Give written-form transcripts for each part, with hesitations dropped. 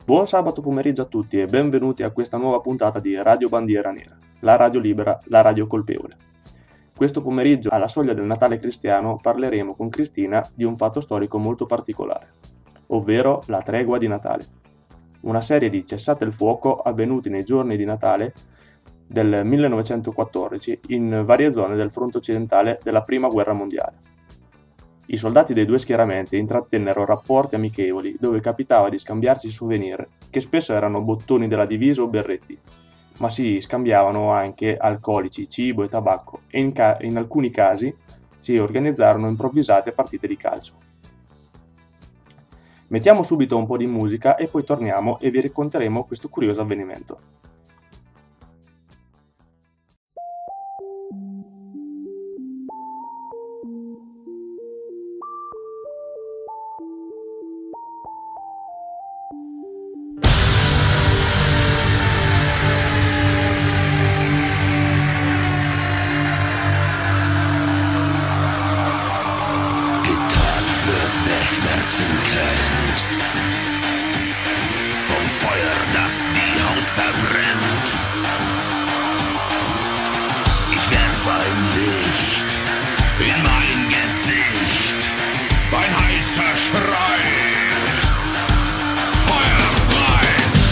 Buon sabato pomeriggio a tutti e benvenuti a questa nuova puntata di Radio Bandiera Nera, la radio libera, la radio colpevole. Questo pomeriggio, alla soglia del Natale cristiano, parleremo con Cristina di un fatto storico molto particolare, ovvero la tregua di Natale, una serie di cessate il fuoco avvenuti nei giorni di Natale del 1914 in varie zone del fronte occidentale della Prima Guerra Mondiale. I soldati dei due schieramenti intrattennero rapporti amichevoli dove capitava di scambiarsi souvenir, che spesso erano bottoni della divisa o berretti, ma si scambiavano anche alcolici, cibo e tabacco e in alcuni casi si organizzarono improvvisate partite di calcio. Mettiamo subito un po' di musica e poi torniamo e vi racconteremo questo curioso avvenimento. Schmerzen kennt, vom Feuer, das die Haut verbrennt. Ich werf ein Licht in mein Gesicht, ein heißer Schrei, Feuer frei.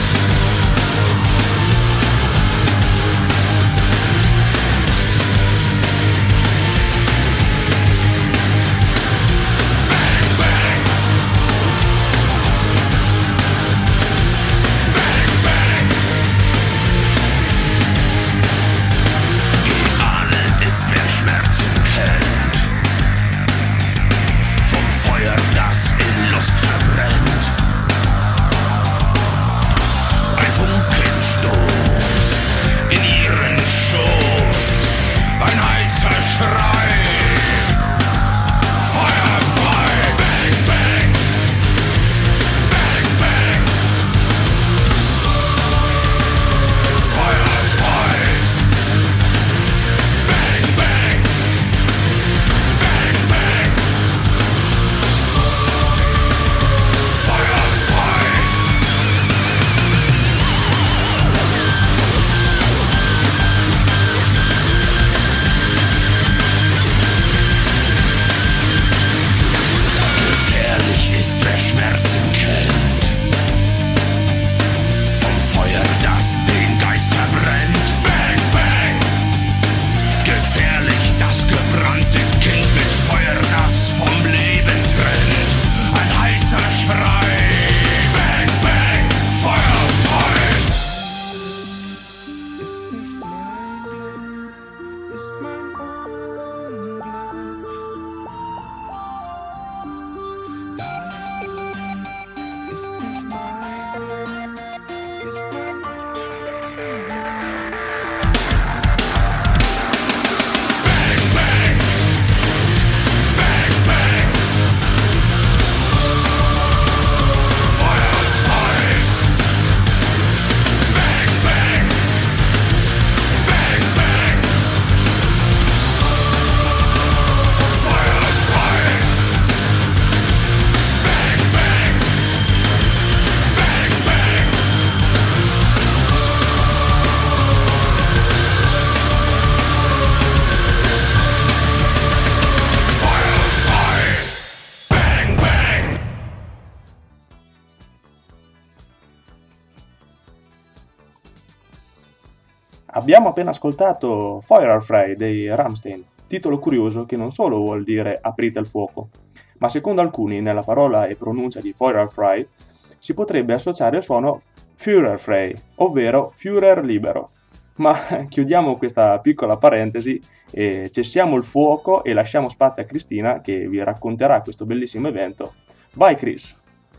Abbiamo appena ascoltato Feuerfrei dei Rammstein, titolo curioso che non solo vuol dire aprite il fuoco, ma secondo alcuni nella parola e pronuncia di Feuerfrei si potrebbe associare il suono Führerfrei, ovvero Führer libero. Ma chiudiamo questa piccola parentesi e cessiamo il fuoco e lasciamo spazio a Cristina che vi racconterà questo bellissimo evento. Vai Chris!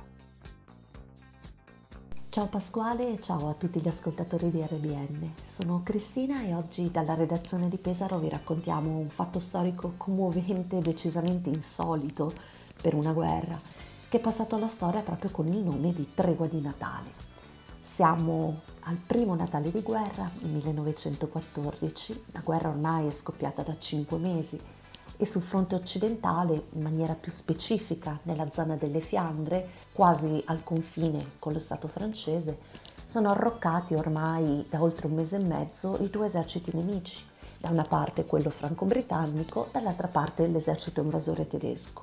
Ciao Pasquale e ciao a tutti gli ascoltatori di RBN. Sono Cristina e oggi dalla redazione di Pesaro vi raccontiamo un fatto storico commovente e decisamente insolito per una guerra che è passato alla storia proprio con il nome di Tregua di Natale. Siamo al primo Natale di guerra, 1914, la guerra ormai è scoppiata da 5 mesi e sul fronte occidentale, in maniera più specifica nella zona delle Fiandre, quasi al confine con lo Stato francese, sono arroccati ormai da oltre un mese e mezzo i due eserciti nemici, da una parte quello franco-britannico, dall'altra parte l'esercito invasore tedesco.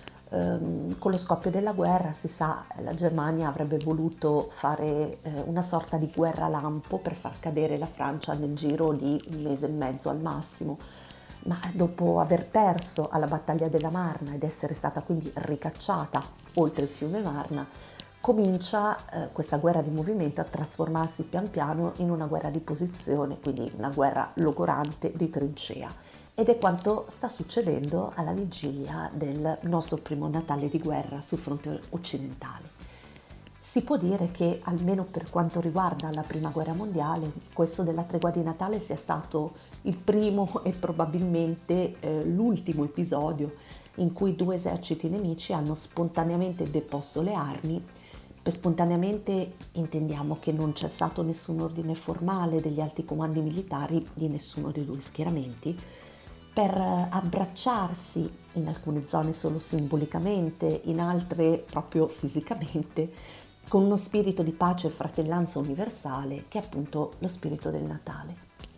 Con lo scoppio della guerra, si sa, la Germania avrebbe voluto fare una sorta di guerra lampo per far cadere la Francia nel giro di un mese e mezzo al massimo, ma dopo aver perso alla battaglia della Marna ed essere stata quindi ricacciata oltre il fiume Marna, comincia questa guerra di movimento a trasformarsi pian piano in una guerra di posizione, quindi una guerra logorante di trincea. Ed è quanto sta succedendo alla vigilia del nostro primo Natale di guerra sul fronte occidentale. Si può dire che, almeno per quanto riguarda la Prima Guerra Mondiale, questo della tregua di Natale sia stato il primo e probabilmente l'ultimo episodio in cui due eserciti nemici hanno spontaneamente deposto le armi. Per spontaneamente intendiamo che non c'è stato nessun ordine formale degli alti comandi militari di nessuno dei due schieramenti, per abbracciarsi in alcune zone solo simbolicamente, in altre proprio fisicamente, con uno spirito di pace e fratellanza universale che è appunto lo spirito del Natale.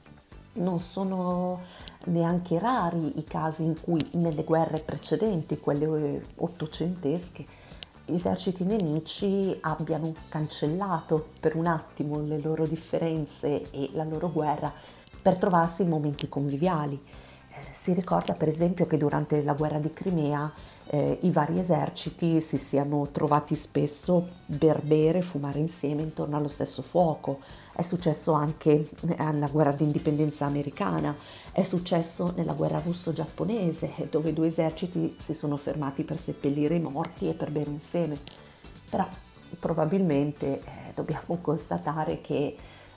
Non sono neanche rari i casi in cui nelle guerre precedenti, quelle ottocentesche, gli eserciti nemici abbiano cancellato per un attimo le loro differenze e la loro guerra per trovarsi in momenti conviviali. Si ricorda per esempio che durante la guerra di Crimea i vari eserciti si siano trovati spesso per bere e fumare insieme intorno allo stesso fuoco. È successo anche alla guerra d'indipendenza americana, è successo nella guerra russo-giapponese, dove i due eserciti si sono fermati per seppellire i morti e per bere insieme. Però probabilmente dobbiamo constatare che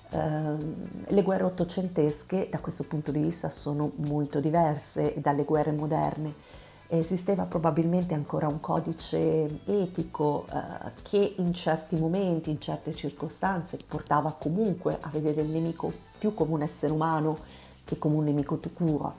le guerre ottocentesche da questo punto di vista sono molto diverse dalle guerre moderne. Esisteva probabilmente ancora un codice etico che in certi momenti, in certe circostanze, portava comunque a vedere il nemico più come un essere umano che come un nemico tout court.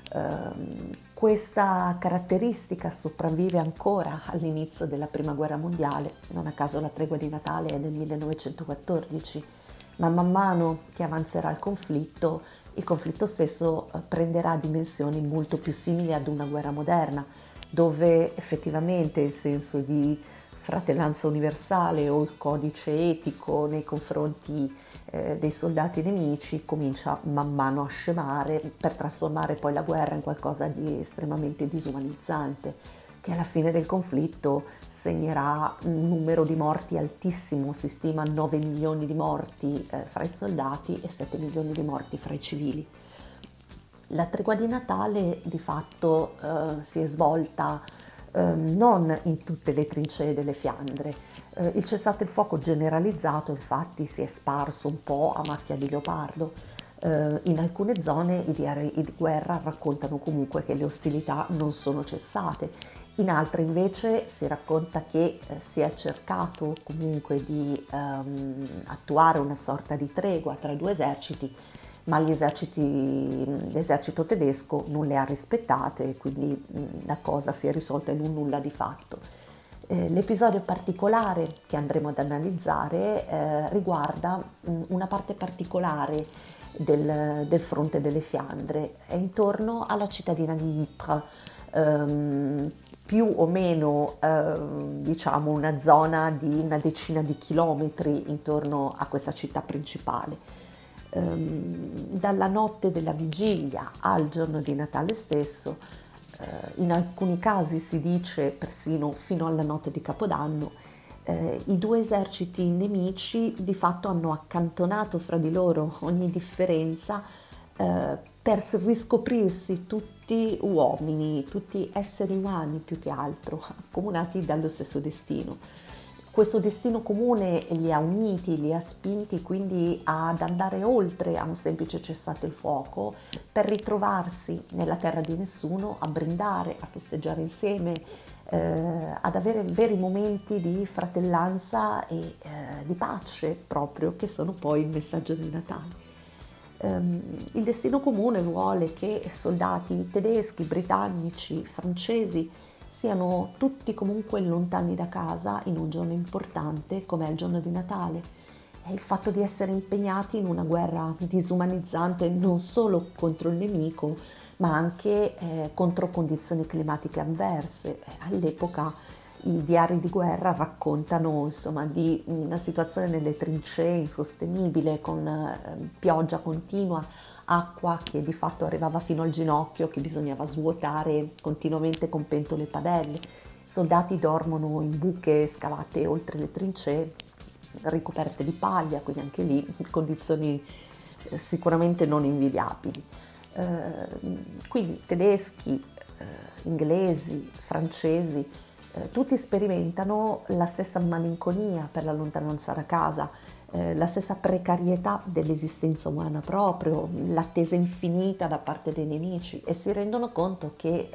Questa caratteristica sopravvive ancora all'inizio della Prima Guerra Mondiale, non a caso la tregua di Natale è del 1914. Ma man mano che avanzerà il conflitto stesso prenderà dimensioni molto più simili ad una guerra moderna, dove effettivamente il senso di fratellanza universale o il codice etico nei confronti dei soldati nemici comincia man mano a scemare per trasformare poi la guerra in qualcosa di estremamente disumanizzante, che alla fine del conflitto segnerà un numero di morti altissimo, si stima 9 milioni di morti fra i soldati e 7 milioni di morti fra i civili. La tregua di Natale di fatto si è svolta non in tutte le trincee delle Fiandre. Il cessate il fuoco generalizzato infatti si è sparso un po' a macchia di leopardo. In alcune zone i diari di guerra raccontano comunque che le ostilità non sono cessate, in altre invece si racconta che si è cercato comunque di attuare una sorta di tregua tra i due eserciti, ma l'esercito tedesco non le ha rispettate e quindi la cosa si è risolta in un nulla di fatto. L'episodio particolare che andremo ad analizzare riguarda una parte particolare del fronte delle Fiandre, è intorno alla cittadina di Ypres, più o meno diciamo una zona di una decina di chilometri intorno a questa città principale. Dalla notte della vigilia al giorno di Natale stesso, in alcuni casi si dice persino fino alla notte di Capodanno, i due eserciti nemici di fatto hanno accantonato fra di loro ogni differenza per riscoprirsi tutti uomini, tutti esseri umani più che altro, accomunati dallo stesso destino. Questo destino comune li ha uniti, li ha spinti quindi ad andare oltre a un semplice cessate il fuoco per ritrovarsi nella terra di nessuno, a brindare, a festeggiare insieme, ad avere veri momenti di fratellanza e di pace proprio, che sono poi il messaggio del Natale. Il destino comune vuole che soldati tedeschi, britannici, francesi siano tutti comunque lontani da casa in un giorno importante come è il giorno di Natale. E il fatto di essere impegnati in una guerra disumanizzante non solo contro il nemico, ma anche contro condizioni climatiche avverse. All'epoca i diari di guerra raccontano insomma di una situazione nelle trincee insostenibile, con pioggia continua, acqua che di fatto arrivava fino al ginocchio, che bisognava svuotare continuamente con pentole e padelle. I soldati dormono in buche scavate oltre le trincee, ricoperte di paglia, quindi anche lì condizioni sicuramente non invidiabili. Quindi tedeschi, inglesi, francesi, tutti sperimentano la stessa malinconia per la lontananza da casa, la stessa precarietà dell'esistenza umana proprio, l'attesa infinita da parte dei nemici, e si rendono conto che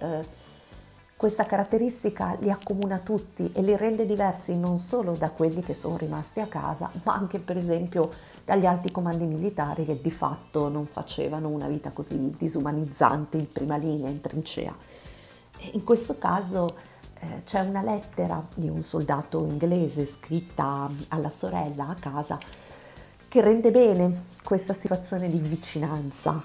questa caratteristica li accomuna tutti e li rende diversi non solo da quelli che sono rimasti a casa, ma anche per esempio dagli alti comandi militari che di fatto non facevano una vita così disumanizzante in prima linea, in trincea. In questo caso c'è una lettera di un soldato inglese scritta alla sorella a casa che rende bene questa situazione di vicinanza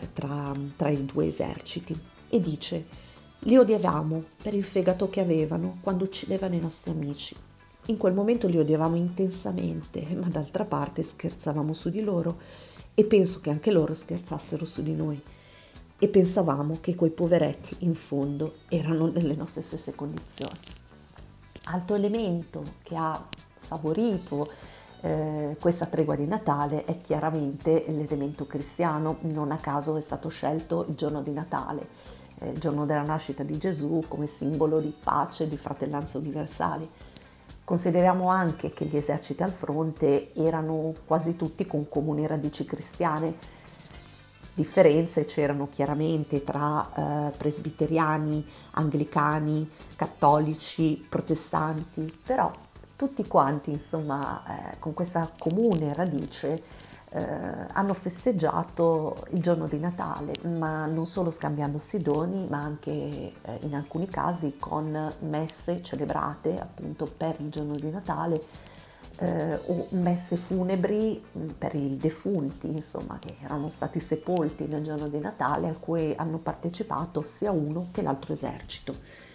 tra i due eserciti, e dice: li odiavamo per il fegato che avevano quando uccidevano i nostri amici. In quel momento li odiavamo intensamente, ma d'altra parte scherzavamo su di loro e penso che anche loro scherzassero su di noi. E pensavamo che quei poveretti in fondo erano nelle nostre stesse condizioni. Altro elemento che ha favorito questa tregua di Natale è chiaramente l'elemento cristiano. Non a caso è stato scelto il giorno di Natale, il giorno della nascita di Gesù, come simbolo di pace e di fratellanza universali. Consideriamo anche che gli eserciti al fronte erano quasi tutti con comuni radici cristiane. Differenze c'erano chiaramente tra presbiteriani, anglicani, cattolici, protestanti, però tutti quanti, insomma, con questa comune radice hanno festeggiato il giorno di Natale, ma non solo scambiandosi doni, ma anche in alcuni casi con messe celebrate appunto per il giorno di Natale, o messe funebri per i defunti, insomma, che erano stati sepolti nel giorno di Natale, a cui hanno partecipato sia uno che l'altro esercito.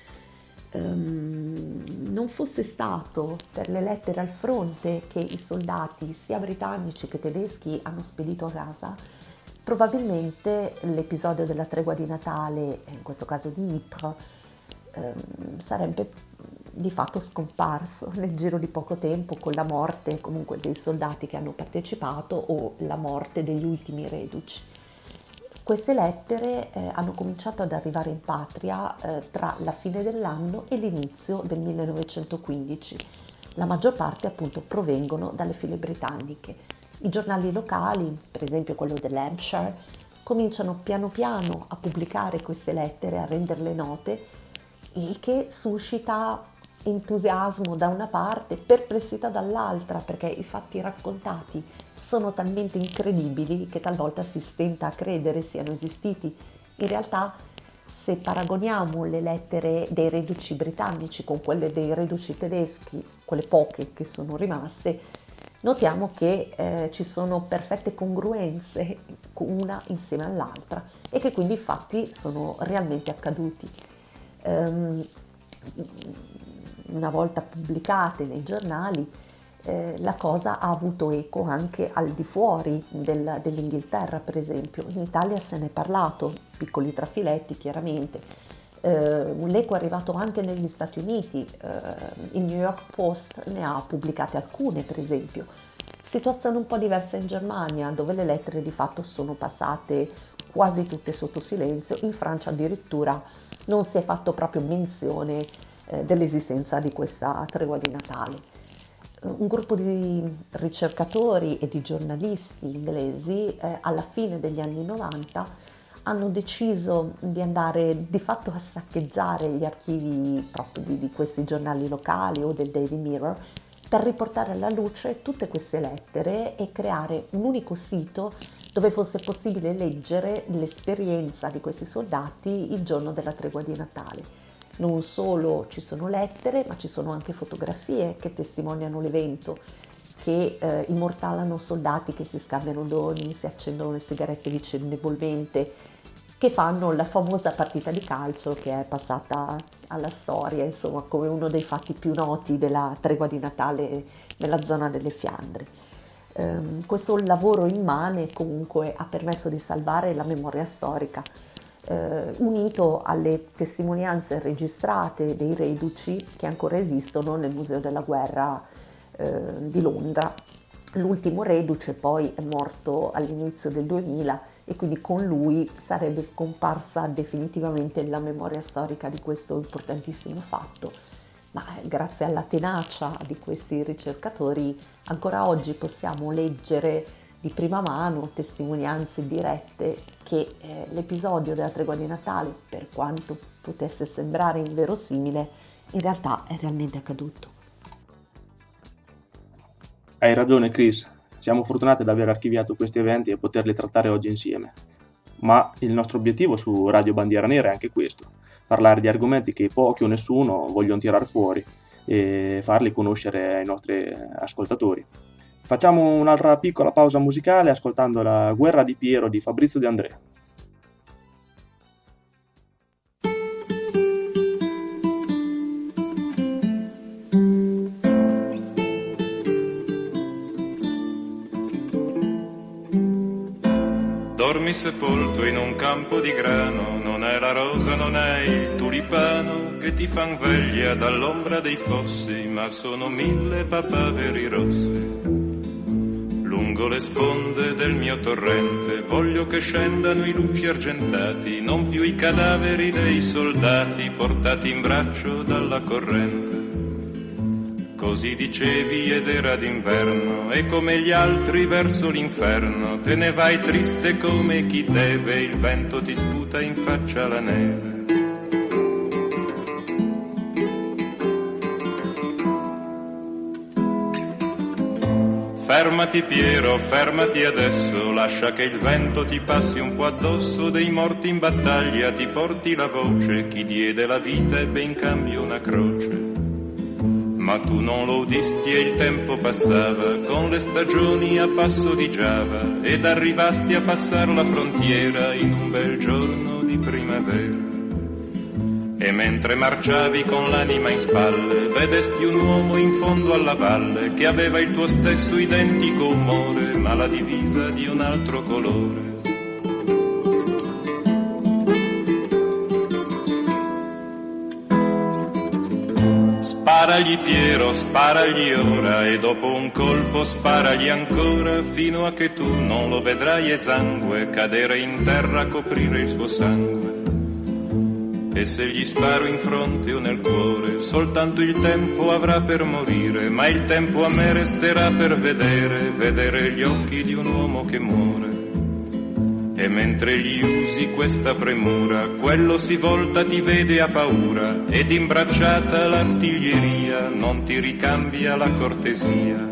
Non fosse stato per le lettere al fronte che i soldati sia britannici che tedeschi hanno spedito a casa, probabilmente l'episodio della tregua di Natale, in questo caso di Ypres, sarebbe di fatto scomparso nel giro di poco tempo, con la morte comunque dei soldati che hanno partecipato o la morte degli ultimi reduci. Queste lettere hanno cominciato ad arrivare in patria tra la fine dell'anno e l'inizio del 1915. La maggior parte appunto provengono dalle file britanniche. I giornali locali, per esempio quello dell'Hampshire, cominciano piano piano a pubblicare queste lettere, a renderle note, il che suscita entusiasmo da una parte, perplessità dall'altra, perché i fatti raccontati sono talmente incredibili che talvolta si stenta a credere siano esistiti. In realtà, se paragoniamo le lettere dei reduci britannici con quelle dei reduci tedeschi, quelle poche che sono rimaste, notiamo che ci sono perfette congruenze una insieme all'altra e che quindi i fatti sono realmente accaduti. Una volta pubblicate nei giornali, la cosa ha avuto eco anche al di fuori dell'Inghilterra, per esempio. In Italia se ne è parlato, piccoli trafiletti chiaramente. L'eco è arrivato anche negli Stati Uniti, il New York Post ne ha pubblicate alcune, per esempio. Situazione un po' diversa in Germania, dove le lettere di fatto sono passate quasi tutte sotto silenzio. In Francia addirittura non si è fatto proprio menzione dell'esistenza di questa tregua di Natale. Un gruppo di ricercatori e di giornalisti inglesi alla fine degli anni 90 hanno deciso di andare di fatto a saccheggiare gli archivi proprio di questi giornali locali o del Daily Mirror per riportare alla luce tutte queste lettere e creare un unico sito dove fosse possibile leggere l'esperienza di questi soldati il giorno della tregua di Natale. Non solo ci sono lettere, ma ci sono anche fotografie che testimoniano l'evento, che immortalano soldati che si scambiano doni, si accendono le sigarette vicendevolmente, che fanno la famosa partita di calcio che è passata alla storia, insomma, come uno dei fatti più noti della tregua di Natale nella zona delle Fiandre. Questo lavoro immane comunque ha permesso di salvare la memoria storica, unito alle testimonianze registrate dei reduci che ancora esistono nel Museo della Guerra di Londra. L'ultimo reduce poi è morto all'inizio del 2000 e quindi con lui sarebbe scomparsa definitivamente la memoria storica di questo importantissimo fatto, ma grazie alla tenacia di questi ricercatori ancora oggi possiamo leggere di prima mano testimonianze dirette che l'episodio della tregua di Natale, per quanto potesse sembrare inverosimile, in realtà è realmente accaduto. Hai ragione Chris, siamo fortunati ad aver archiviato questi eventi e poterli trattare oggi insieme. Ma il nostro obiettivo su Radio Bandiera Nera è anche questo, parlare di argomenti che pochi o nessuno vogliono tirare fuori e farli conoscere ai nostri ascoltatori. Facciamo un'altra piccola pausa musicale ascoltando La guerra di Piero di Fabrizio De André. Dormi sepolto in un campo di grano, non è la rosa, non è il tulipano che ti fan veglia dall'ombra dei fossi, ma sono 1000 papaveri rossi. Lungo le sponde del mio torrente voglio che scendano i luci argentati, non più i cadaveri dei soldati portati in braccio dalla corrente. Così dicevi ed era d'inverno e come gli altri verso l'inferno te ne vai triste come chi deve, il vento ti sputa in faccia la neve. Fermati Piero, fermati adesso, lascia che il vento ti passi un po' addosso, dei morti in battaglia ti porti la voce, chi diede la vita ebbe in cambio una croce. Ma tu non lo udisti e il tempo passava, con le stagioni a passo di Giava, ed arrivasti a passar la frontiera in un bel giorno di primavera. E mentre marciavi con l'anima in spalle, vedesti un uomo in fondo alla valle, che aveva il tuo stesso identico umore, ma la divisa di un altro colore. Sparagli Piero, sparagli ora, e dopo un colpo sparagli ancora, fino a che tu non lo vedrai esangue, cadere in terra a coprire il suo sangue. E se gli sparo in fronte o nel cuore, soltanto il tempo avrà per morire, ma il tempo a me resterà per vedere gli occhi di un uomo che muore. E mentre gli usi questa premura, quello si volta, ti vede a paura, ed imbracciata l'artiglieria non ti ricambia la cortesia.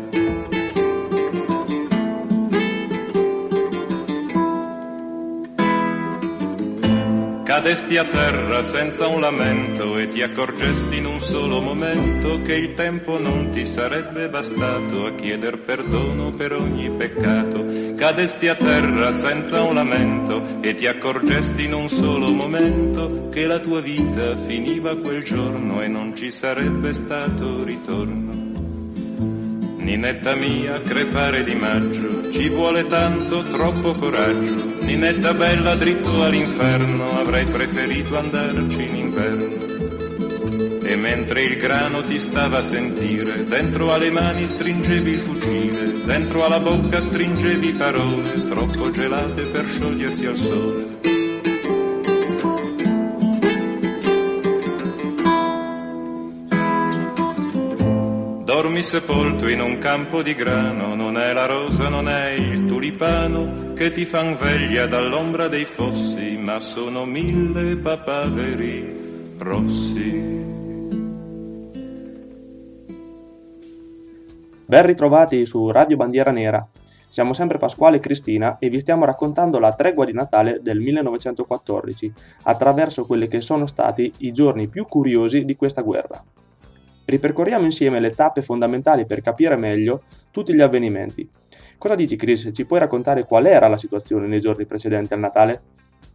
Cadesti a terra senza un lamento e ti accorgesti in un solo momento che il tempo non ti sarebbe bastato a chieder perdono per ogni peccato. Cadesti a terra senza un lamento e ti accorgesti in un solo momento che la tua vita finiva quel giorno e non ci sarebbe stato ritorno. Ninetta mia, crepare di maggio, ci vuole tanto, troppo coraggio. Ninetta bella, dritto all'inferno, avrei preferito andarci in inverno. E mentre il grano ti stava a sentire, dentro alle mani stringevi il fucile, dentro alla bocca stringevi parole, troppo gelate per sciogliersi al sole. Dormi sepolto in un campo di grano, non è la rosa, non è il tulipano che ti fan veglia dall'ombra dei fossi, ma sono 1000 papaveri rossi. Ben ritrovati su Radio Bandiera Nera. Siamo sempre Pasquale e Cristina e vi stiamo raccontando la tregua di Natale del 1914 attraverso quelli che sono stati i giorni più curiosi di questa guerra. Ripercorriamo insieme le tappe fondamentali per capire meglio tutti gli avvenimenti. Cosa dici, Chris? Ci puoi raccontare qual era la situazione nei giorni precedenti al Natale?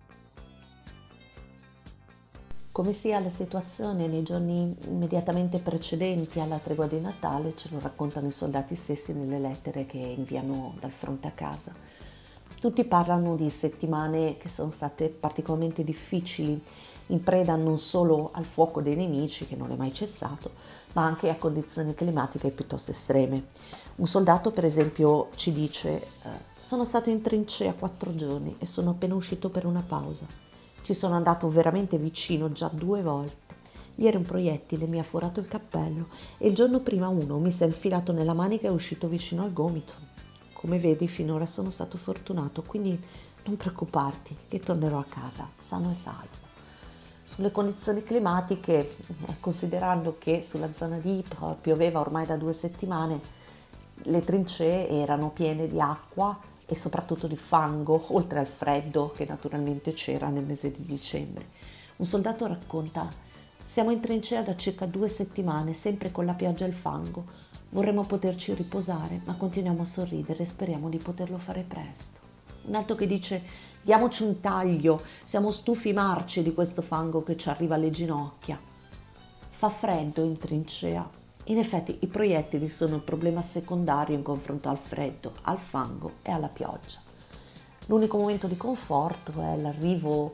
Come sia la situazione nei giorni immediatamente precedenti alla tregua di Natale ce lo raccontano i soldati stessi nelle lettere che inviano dal fronte a casa. Tutti parlano di settimane che sono state particolarmente difficili, in preda non solo al fuoco dei nemici, che non è mai cessato, ma anche a condizioni climatiche piuttosto estreme. Un soldato, per esempio, ci dice: sono stato in trincea 4 giorni e sono appena uscito per una pausa. Ci sono andato veramente vicino già 2 volte. Ieri un proiettile mi ha forato il cappello e il giorno prima uno mi si è infilato nella manica e è uscito vicino al gomito. Come vedi, finora sono stato fortunato, quindi non preoccuparti che tornerò a casa sano e salvo. Sulle condizioni climatiche, considerando che sulla zona di Ypres pioveva ormai da 2 settimane, le trincee erano piene di acqua e soprattutto di fango, oltre al freddo che naturalmente c'era nel mese di dicembre. Un soldato racconta: siamo in trincea da circa 2 settimane, sempre con la pioggia e il fango. Vorremmo poterci riposare, ma continuiamo a sorridere e speriamo di poterlo fare presto. Un altro che dice: diamoci un taglio, siamo stufi marci di questo fango che ci arriva alle ginocchia. Fa freddo in trincea. In effetti i proiettili sono il problema secondario in confronto al freddo, al fango e alla pioggia. L'unico momento di conforto è l'arrivo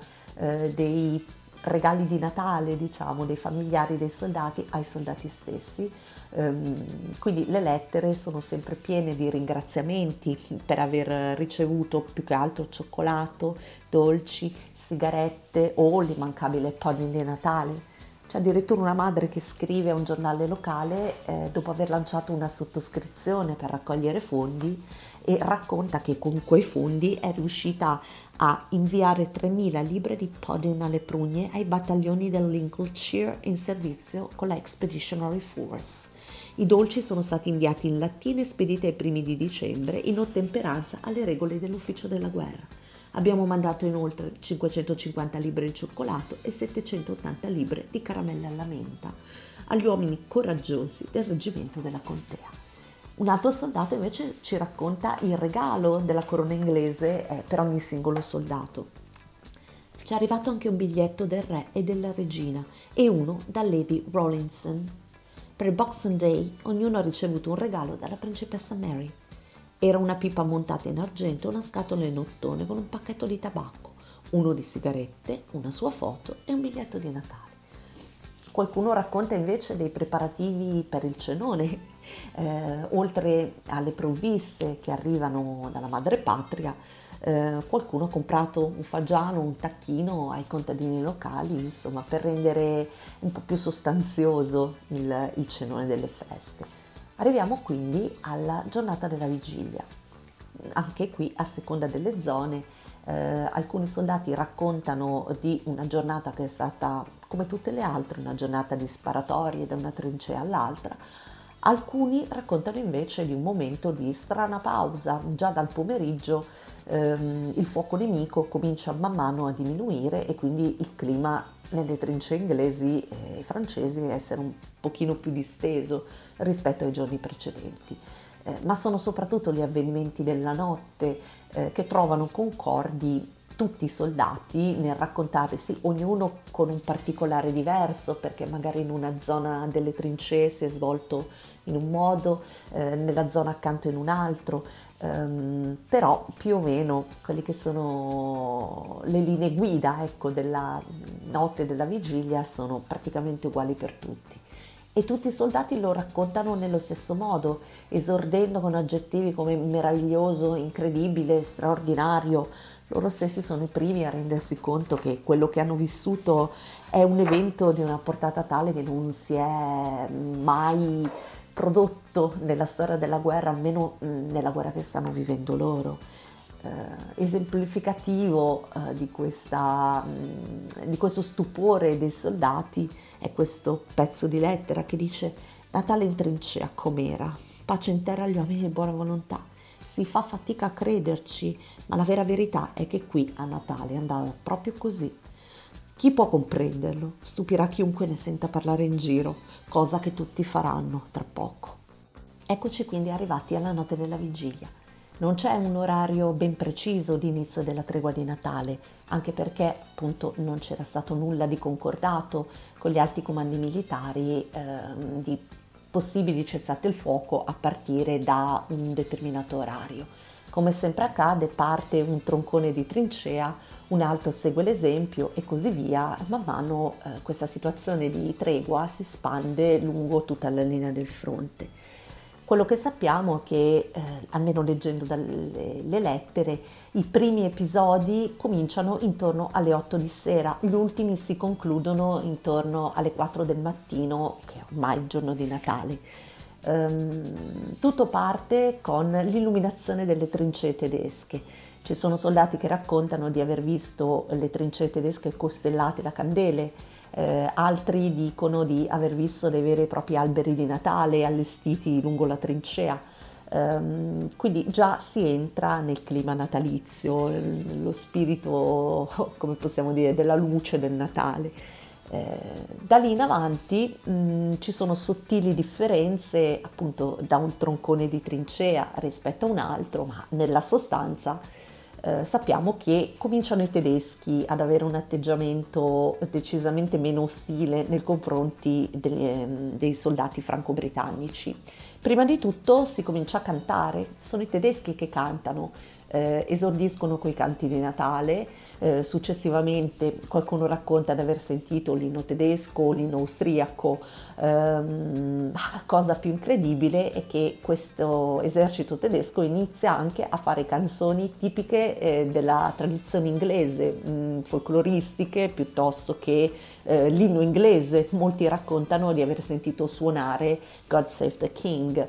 dei regali di Natale, diciamo, dei familiari dei soldati ai soldati stessi. Quindi le lettere sono sempre piene di ringraziamenti per aver ricevuto più che altro cioccolato, dolci, sigarette o l'immancabile pudding di Natale. C'è addirittura una madre che scrive a un giornale locale dopo aver lanciato una sottoscrizione per raccogliere fondi e racconta che con quei fondi è riuscita a inviare 3.000 libbre di pudding alle prugne ai battaglioni del Lincolnshire in servizio con la Expeditionary Force. I dolci sono stati inviati in lattine e spediti ai primi di dicembre in ottemperanza alle regole dell'ufficio della guerra. Abbiamo mandato inoltre 550 libbre di cioccolato e 780 libbre di caramelle alla menta agli uomini coraggiosi del reggimento della contea. Un altro soldato invece ci racconta il regalo della corona inglese per ogni singolo soldato. Ci è arrivato anche un biglietto del re e della regina e uno da Lady Rawlinson. Per il Boxing Day ognuno ha ricevuto un regalo dalla principessa Mary. Era una pipa montata in argento e una scatola in ottone con un pacchetto di tabacco, uno di sigarette, una sua foto e un biglietto di Natale. Qualcuno racconta invece dei preparativi per il cenone, oltre alle provviste che arrivano dalla madrepatria. Qualcuno ha comprato un fagiano, un tacchino ai contadini locali, insomma, per rendere un po' più sostanzioso il cenone delle feste. Arriviamo quindi alla giornata della vigilia. Anche qui, a seconda delle zone, alcuni soldati raccontano di una giornata che è stata, come tutte le altre, una giornata di sparatorie da una trincea all'altra. Alcuni raccontano invece di un momento di strana pausa. Già dal pomeriggio il fuoco nemico comincia man mano a diminuire e quindi il clima nelle trincee inglesi e francesi a essere un pochino più disteso rispetto ai giorni precedenti. Ma sono soprattutto gli avvenimenti della notte che trovano concordi tutti i soldati nel raccontare, sì, ognuno con un particolare diverso, perché magari in una zona delle trincee si è svolto in un modo, nella zona accanto in un altro, però più o meno quelle che sono le linee guida, ecco, della notte della vigilia sono praticamente uguali per tutti. E tutti i soldati lo raccontano nello stesso modo, esordendo con aggettivi come meraviglioso, incredibile, straordinario. Loro stessi sono i primi a rendersi conto che quello che hanno vissuto è un evento di una portata tale che non si è mai prodotto nella storia della guerra, almeno nella guerra che stanno vivendo loro. Esemplificativo di questo stupore dei soldati è questo pezzo di lettera che dice: Natale in trincea com'era, pace in terra agli uomini di buona volontà, si fa fatica a crederci, ma la vera verità è che qui a Natale è andata proprio così. Chi può comprenderlo? Stupirà chiunque ne senta parlare in giro, cosa che tutti faranno tra poco. Eccoci quindi arrivati alla notte della vigilia. Non c'è un orario ben preciso di inizio della tregua di Natale, anche perché appunto non c'era stato nulla di concordato con gli alti comandi militari di possibili cessate il fuoco a partire da un determinato orario. Come sempre accade, parte un troncone di trincea, un altro segue l'esempio e così via. Man mano questa situazione di tregua si spande lungo tutta la linea del fronte. Quello che sappiamo è che, almeno leggendo dalle lettere, i primi episodi cominciano intorno alle 8 di sera, gli ultimi si concludono intorno alle 4 del mattino, che è ormai il giorno di Natale. Tutto parte con l'illuminazione delle trincee tedesche. Ci sono soldati che raccontano di aver visto le trincee tedesche costellate da candele, altri dicono di aver visto dei veri e propri alberi di Natale allestiti lungo la trincea, quindi già si entra nel clima natalizio, lo spirito, come possiamo dire, della luce del Natale. Da lì in avanti ci sono sottili differenze appunto da un troncone di trincea rispetto a un altro, ma nella sostanza sappiamo che cominciano i tedeschi ad avere un atteggiamento decisamente meno ostile nei confronti dei soldati franco-britannici. Prima di tutto si comincia a cantare, sono i tedeschi che cantano, esordiscono coi canti di Natale, successivamente qualcuno racconta di aver sentito l'inno tedesco, l'inno austriaco. La cosa più incredibile è che questo esercito tedesco inizia anche a fare canzoni tipiche della tradizione inglese, folcloristiche piuttosto che l'inno inglese. Molti raccontano di aver sentito suonare God Save the King.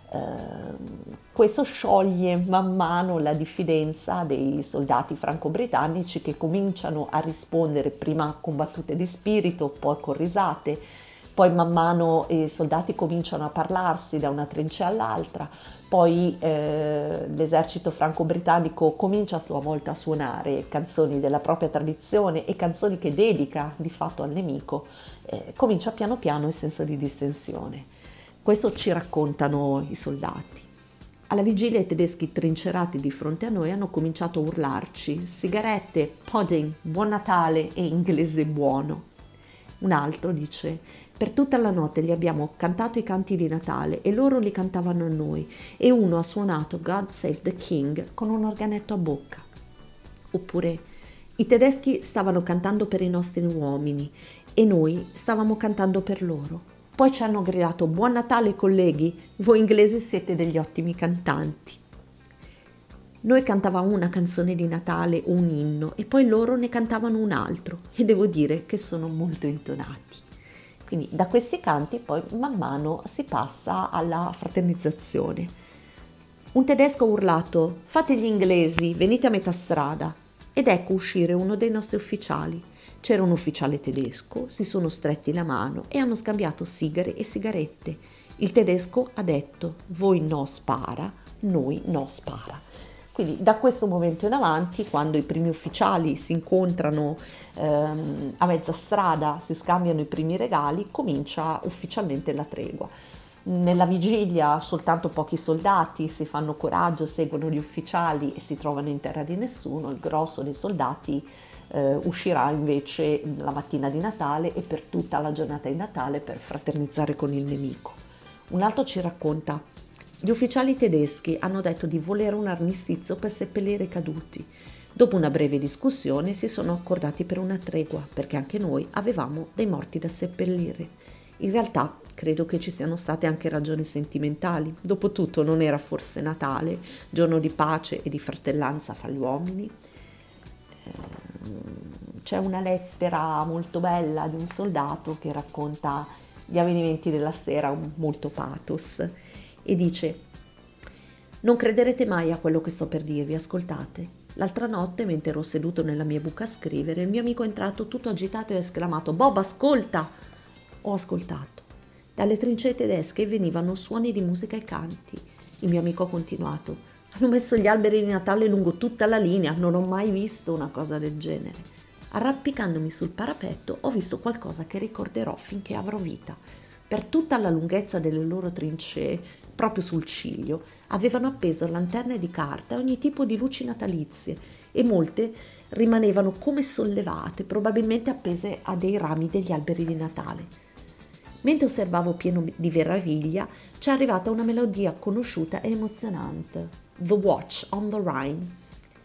Questo scioglie man mano la diffidenza dei soldati franco-britannici, che cominciano a rispondere prima con battute di spirito, poi con risate, poi man mano i soldati cominciano a parlarsi da una trincea all'altra, poi l'esercito franco-britannico comincia a sua volta a suonare canzoni della propria tradizione e canzoni che dedica di fatto al nemico, comincia piano piano il senso di distensione. Questo ci raccontano i soldati. Alla vigilia i tedeschi trincerati di fronte a noi hanno cominciato a urlarci sigarette, pudding, buon Natale e inglese buono. Un altro dice: per tutta la notte gli abbiamo cantato i canti di Natale e loro li cantavano a noi, e uno ha suonato God Save the King con un organetto a bocca. Oppure: i tedeschi stavano cantando per i nostri uomini e noi stavamo cantando per loro. Poi ci hanno gridato: buon Natale colleghi, voi inglesi siete degli ottimi cantanti. Noi cantavamo una canzone di Natale o un inno e poi loro ne cantavano un altro, e devo dire che sono molto intonati. Quindi da questi canti poi man mano si passa alla fraternizzazione. Un tedesco ha urlato: fate gli inglesi, venite a metà strada, ed ecco uscire uno dei nostri ufficiali. C'era un ufficiale tedesco, si sono stretti la mano e hanno scambiato sigari e sigarette. Il tedesco ha detto: voi no spara, noi no spara. Quindi da questo momento in avanti, quando i primi ufficiali si incontrano a mezza strada, si scambiano i primi regali, comincia ufficialmente la tregua. Nella vigilia soltanto pochi soldati si fanno coraggio, seguono gli ufficiali e si trovano in terra di nessuno. Il grosso dei soldati uscirà invece la mattina di Natale e per tutta la giornata di Natale per fraternizzare con il nemico. Un altro ci racconta: gli ufficiali tedeschi hanno detto di volere un armistizio per seppellire i caduti. Dopo una breve discussione si sono accordati per una tregua, perché anche noi avevamo dei morti da seppellire. In realtà credo che ci siano state anche ragioni sentimentali. Dopotutto non era forse Natale, giorno di pace e di fratellanza fra gli uomini? C'è una lettera molto bella di un soldato che racconta gli avvenimenti della sera, molto pathos, e dice: non crederete mai a quello che sto per dirvi, ascoltate. L'altra notte, mentre ero seduto nella mia buca a scrivere, il mio amico è entrato tutto agitato e ha esclamato: Bob, ascolta! Ho ascoltato. Dalle trincee tedesche venivano suoni di musica e canti. Il mio amico ha continuato: Hanno messo gli alberi di Natale lungo tutta la linea, non ho mai visto una cosa del genere. Arrampicandomi sul parapetto ho visto qualcosa che ricorderò finché avrò vita. Per tutta la lunghezza delle loro trincee, proprio sul ciglio, avevano appeso lanterne di carta e ogni tipo di luci natalizie, e molte rimanevano come sollevate, probabilmente appese a dei rami degli alberi di Natale. Mentre osservavo pieno di meraviglia, ci è arrivata una melodia conosciuta e emozionante, The Watch on the Rhine.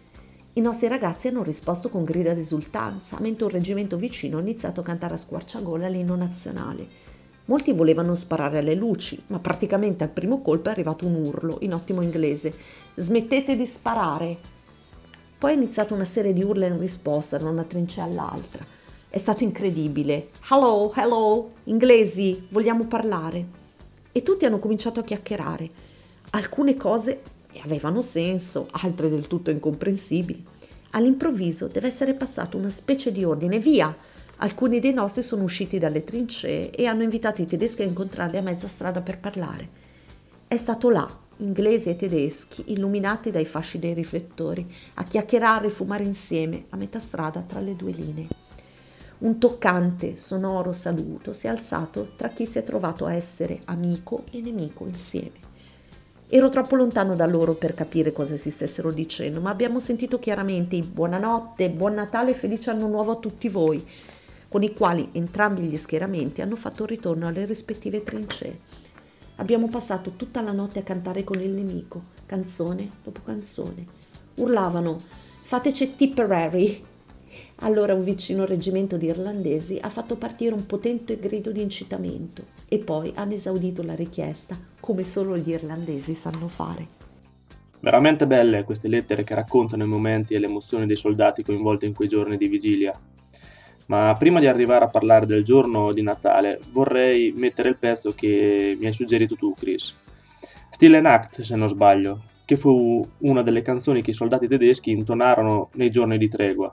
I nostri ragazzi hanno risposto con grida di esultanza, mentre un reggimento vicino ha iniziato a cantare a squarciagola l'inno nazionale. Molti volevano sparare alle luci, ma praticamente al primo colpo è arrivato un urlo, in ottimo inglese: «Smettete di sparare!» Poi è iniziata una serie di urla in risposta da una trincea all'altra. È stato incredibile. «Hello, hello, inglesi, vogliamo parlare!» E tutti hanno cominciato a chiacchierare. Alcune cose avevano senso, altre del tutto incomprensibili. All'improvviso deve essere passato una specie di ordine: «Via!» Alcuni dei nostri sono usciti dalle trincee e hanno invitato i tedeschi a incontrarli a mezza strada per parlare. È stato là, inglesi e tedeschi, illuminati dai fasci dei riflettori, a chiacchierare e fumare insieme a metà strada tra le due linee. Un toccante, sonoro saluto si è alzato tra chi si è trovato a essere amico e nemico insieme. Ero troppo lontano da loro per capire cosa si stessero dicendo, ma abbiamo sentito chiaramente i «Buonanotte, buon Natale e felice anno nuovo a tutti voi», con i quali entrambi gli schieramenti hanno fatto ritorno alle rispettive trincee. Abbiamo passato tutta la notte a cantare con il nemico, canzone dopo canzone. Urlavano «Fateci Tipperary!» Allora un vicino reggimento di irlandesi ha fatto partire un potente grido di incitamento e poi hanno esaudito la richiesta, come solo gli irlandesi sanno fare. Veramente belle queste lettere che raccontano i momenti e le emozioni dei soldati coinvolti in quei giorni di vigilia. Ma prima di arrivare a parlare del giorno di Natale, vorrei mettere il pezzo che mi hai suggerito tu, Chris. Stille Nacht, se non sbaglio, che fu una delle canzoni che i soldati tedeschi intonarono nei giorni di tregua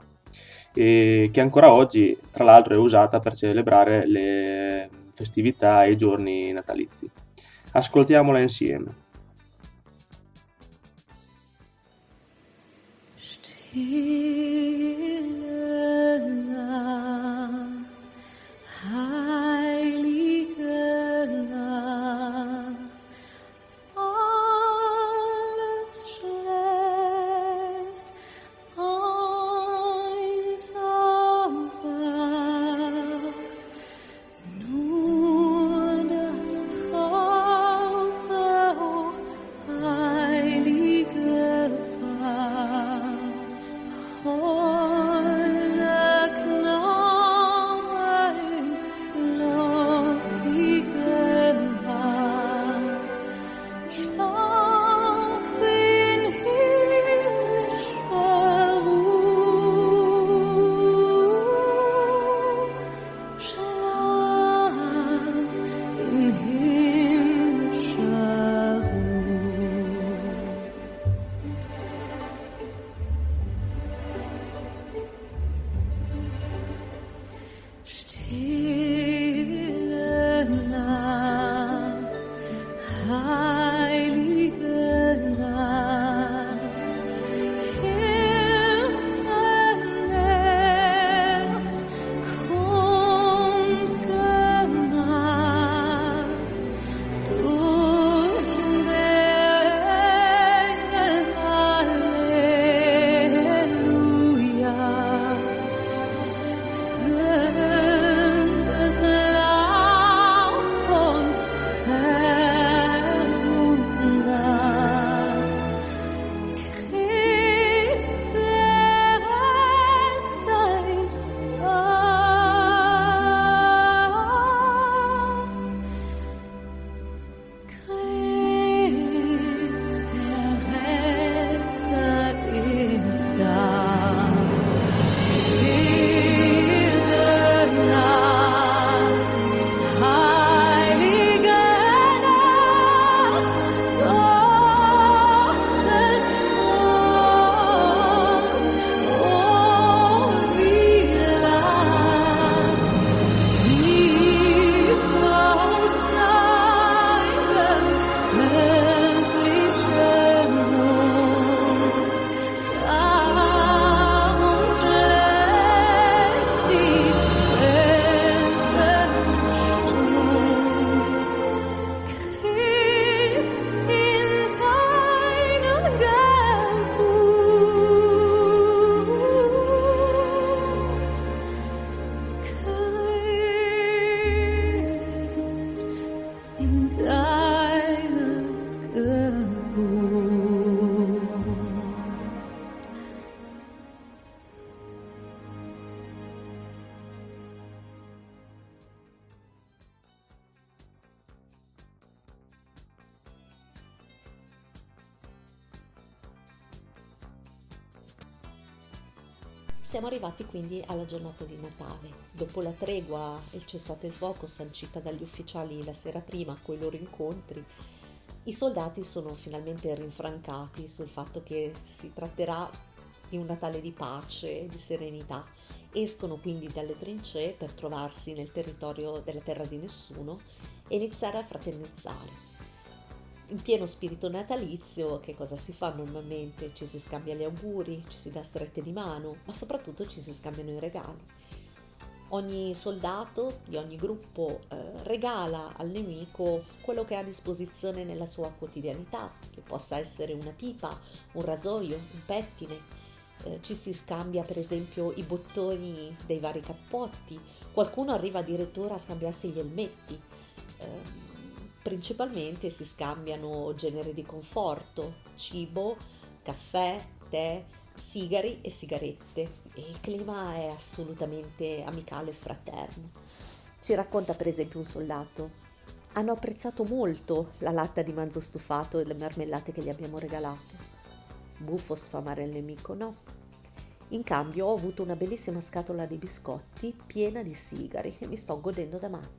e che ancora oggi, tra l'altro, è usata per celebrare le festività e i giorni natalizi. Ascoltiamola insieme. Stille Nacht, heilige Nacht, alles schläft, einsam wacht, nur das traute heilige Paar. Stille Nacht, heilige Nacht, Hirzennest, kundgemacht, durch der Engel Halleluja. Siamo arrivati quindi alla giornata di Natale. Dopo la tregua e il cessate il fuoco sancita dagli ufficiali la sera prima coi loro incontri, i soldati sono finalmente rinfrancati sul fatto che si tratterà di un Natale di pace e di serenità. Escono quindi dalle trincee per trovarsi nel territorio della terra di nessuno e iniziare a fraternizzare. In pieno spirito natalizio, che cosa si fa normalmente? Ci si scambia gli auguri, ci si dà strette di mano, ma soprattutto ci si scambiano i regali. Ogni soldato di ogni gruppo regala al nemico quello che ha a disposizione nella sua quotidianità, che possa essere una pipa, un rasoio, un pettine. Ci si scambia per esempio i bottoni dei vari cappotti, qualcuno arriva addirittura a scambiarsi gli elmetti. Principalmente si scambiano generi di conforto, cibo, caffè, tè, sigari e sigarette e il clima è assolutamente amicale e fraterno. Ci racconta per esempio un soldato: hanno apprezzato molto la latta di manzo stufato e le marmellate che gli abbiamo regalato. Buffo sfamare il nemico, no? In cambio ho avuto una bellissima scatola di biscotti piena di sigari e mi sto godendo da matti.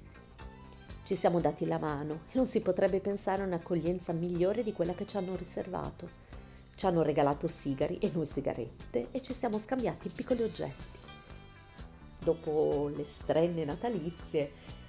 Ci siamo dati la mano e non si potrebbe pensare a un'accoglienza migliore di quella che ci hanno riservato. Ci hanno regalato sigari e noi sigarette e ci siamo scambiati piccoli oggetti. Dopo le strenne natalizie,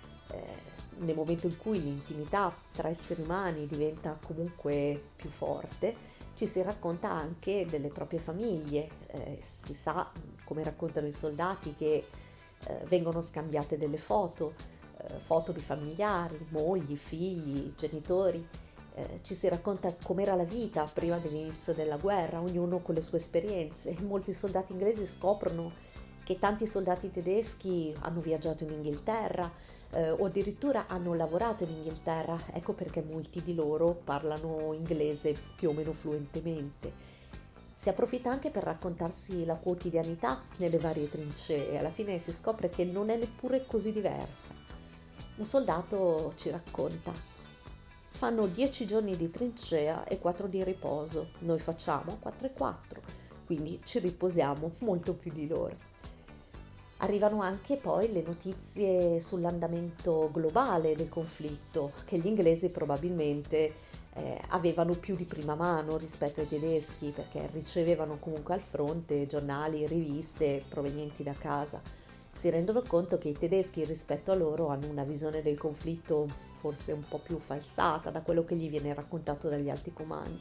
nel momento in cui l'intimità tra esseri umani diventa comunque più forte, ci si racconta anche delle proprie famiglie. Si sa, come raccontano i soldati, che vengono scambiate delle foto di familiari, mogli, figli, genitori. Ci si racconta com'era la vita prima dell'inizio della guerra, ognuno con le sue esperienze. Molti soldati inglesi scoprono che tanti soldati tedeschi hanno viaggiato in Inghilterra o addirittura hanno lavorato in Inghilterra, ecco perché molti di loro parlano inglese più o meno fluentemente. Si approfitta anche per raccontarsi la quotidianità nelle varie trincee e alla fine si scopre che non è neppure così diversa. Un soldato ci racconta: fanno 10 giorni di trincea e 4 di riposo, noi facciamo 4 e 4, quindi ci riposiamo molto più di loro. Arrivano anche poi le notizie sull'andamento globale del conflitto, che gli inglesi probabilmente avevano più di prima mano rispetto ai tedeschi, perché ricevevano comunque al fronte giornali, riviste provenienti da casa. Si rendono conto che i tedeschi rispetto a loro hanno una visione del conflitto forse un po' più falsata da quello che gli viene raccontato dagli alti comandi.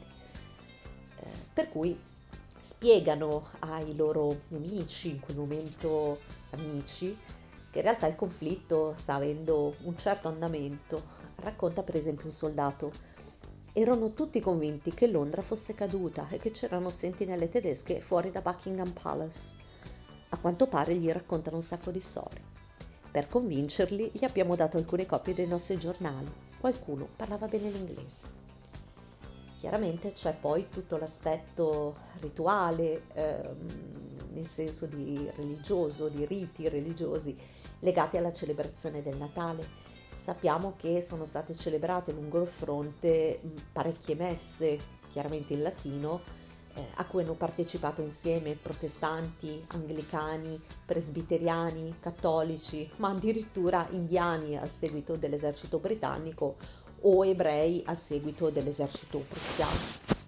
Per cui spiegano ai loro nemici, in quel momento amici, che in realtà il conflitto sta avendo un certo andamento. Racconta per esempio un soldato: erano tutti convinti che Londra fosse caduta e che c'erano sentinelle tedesche fuori da Buckingham Palace. A quanto pare gli raccontano un sacco di storie. Per convincerli gli abbiamo dato alcune copie dei nostri giornali. Qualcuno parlava bene l'inglese. Chiaramente c'è poi tutto l'aspetto rituale, nel senso di religioso, di riti religiosi legati alla celebrazione del Natale. Sappiamo che sono state celebrate lungo il fronte parecchie messe, chiaramente in latino, a cui hanno partecipato insieme protestanti, anglicani, presbiteriani, cattolici, ma addirittura indiani a seguito dell'esercito britannico o ebrei a seguito dell'esercito prussiano.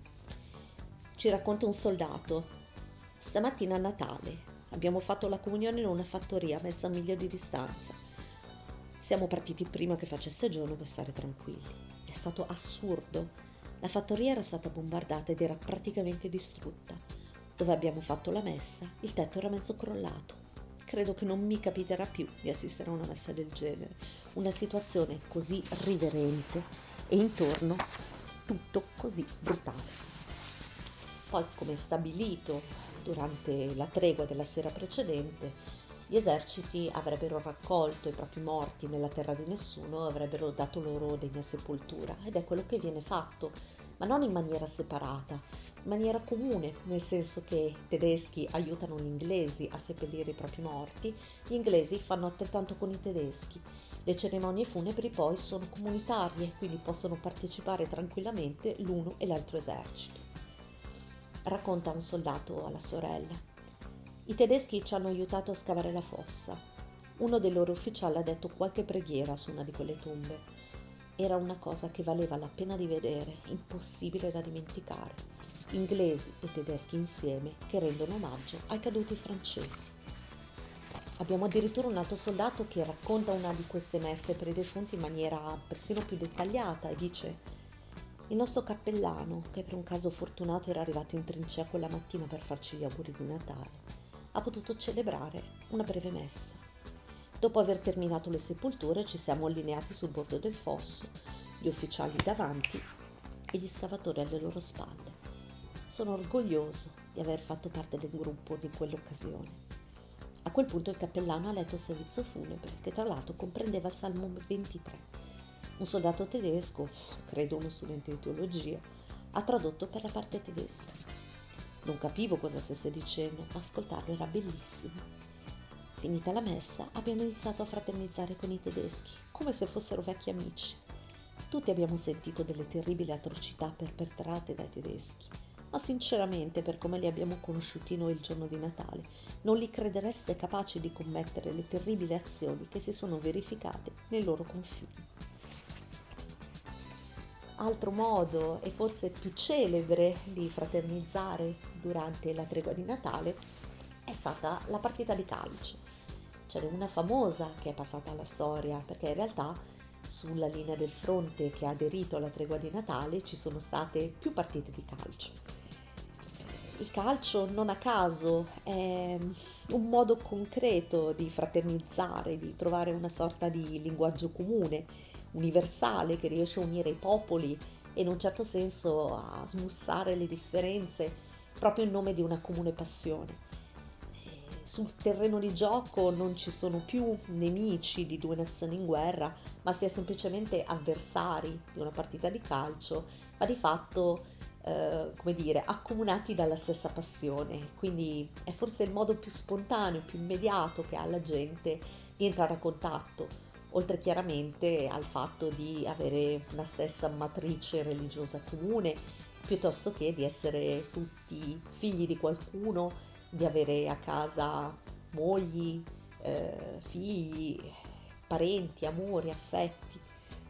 Ci racconta un soldato: stamattina a Natale abbiamo fatto la comunione in una fattoria a mezzo miglio di distanza. Siamo partiti prima che facesse giorno per stare tranquilli. È stato assurdo. La fattoria era stata bombardata ed era praticamente distrutta. Dove abbiamo fatto la messa, il tetto era mezzo crollato. Credo che non mi capiterà più di assistere a una messa del genere. Una situazione così riverente e intorno tutto così brutale. Poi, come stabilito durante la tregua della sera precedente, gli eserciti avrebbero raccolto i propri morti nella terra di nessuno e avrebbero dato loro degna sepoltura, ed è quello che viene fatto, ma non in maniera separata, in maniera comune, nel senso che i tedeschi aiutano gli inglesi a seppellire i propri morti, gli inglesi fanno altrettanto con i tedeschi. Le cerimonie funebri poi sono comunitarie, quindi possono partecipare tranquillamente l'uno e l'altro esercito. Racconta un soldato alla sorella: I tedeschi ci hanno aiutato a scavare la fossa. Uno dei loro ufficiali ha detto qualche preghiera su una di quelle tombe. Era una cosa che valeva la pena di vedere, impossibile da dimenticare. Inglesi e tedeschi insieme che rendono omaggio ai caduti francesi. Abbiamo addirittura un altro soldato che racconta una di queste messe per i defunti in maniera persino più dettagliata e dice: il nostro cappellano, che per un caso fortunato era arrivato in trincea quella mattina per farci gli auguri di Natale, ha potuto celebrare una breve messa. Dopo aver terminato le sepolture ci siamo allineati sul bordo del fosso, gli ufficiali davanti e gli scavatori alle loro spalle. Sono orgoglioso di aver fatto parte del gruppo di quell'occasione. A quel punto il cappellano ha letto il servizio funebre, che tra l'altro comprendeva il Salmo 23. Un soldato tedesco, credo uno studente di teologia, ha tradotto per la parte tedesca. Non capivo cosa stesse dicendo, ma ascoltarlo era bellissimo. Finita la messa, abbiamo iniziato a fraternizzare con i tedeschi, come se fossero vecchi amici. Tutti abbiamo sentito delle terribili atrocità perpetrate dai tedeschi, ma sinceramente, per come li abbiamo conosciuti noi il giorno di Natale, non li credereste capaci di commettere le terribili azioni che si sono verificate nei loro confini. Altro modo, e forse più celebre, di fraternizzare durante la tregua di Natale è stata la partita di calcio. Ce n'è una famosa che è passata alla storia, perché in realtà sulla linea del fronte che ha aderito alla tregua di Natale ci sono state più partite di calcio. Il calcio, non a caso, è un modo concreto di fraternizzare, di trovare una sorta di linguaggio comune, universale, che riesce a unire i popoli e in un certo senso a smussare le differenze proprio in nome di una comune passione. Sul terreno di gioco non ci sono più nemici di due nazioni in guerra, ma si è semplicemente avversari di una partita di calcio, ma di fatto accomunati dalla stessa passione. Quindi è forse il modo più spontaneo, più immediato che ha la gente di entrare a contatto, oltre chiaramente al fatto di avere una stessa matrice religiosa comune, piuttosto che di essere tutti figli di qualcuno, di avere a casa mogli, figli, parenti, amori, affetti.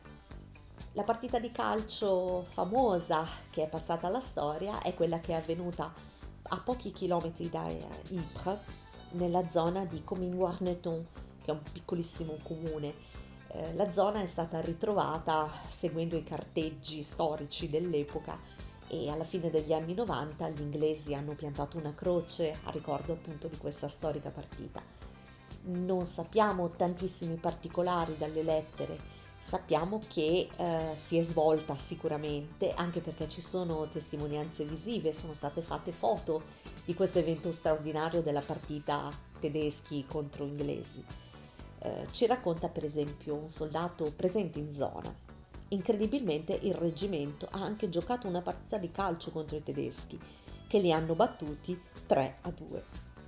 La partita di calcio famosa che è passata alla storia è quella che è avvenuta a pochi chilometri da Ypres, nella zona di Comines-Warneton, che è un piccolissimo comune. La zona è stata ritrovata seguendo i carteggi storici dell'epoca e alla fine degli anni 90 gli inglesi hanno piantato una croce a ricordo appunto di questa storica partita. Non sappiamo tantissimi particolari dalle lettere. Sappiamo che si è svolta sicuramente, anche perché ci sono testimonianze visive, sono state fatte foto di questo evento straordinario della partita tedeschi contro inglesi. Ci racconta per esempio un soldato presente in zona. Incredibilmente il reggimento ha anche giocato una partita di calcio contro i tedeschi, che li hanno battuti 3-2.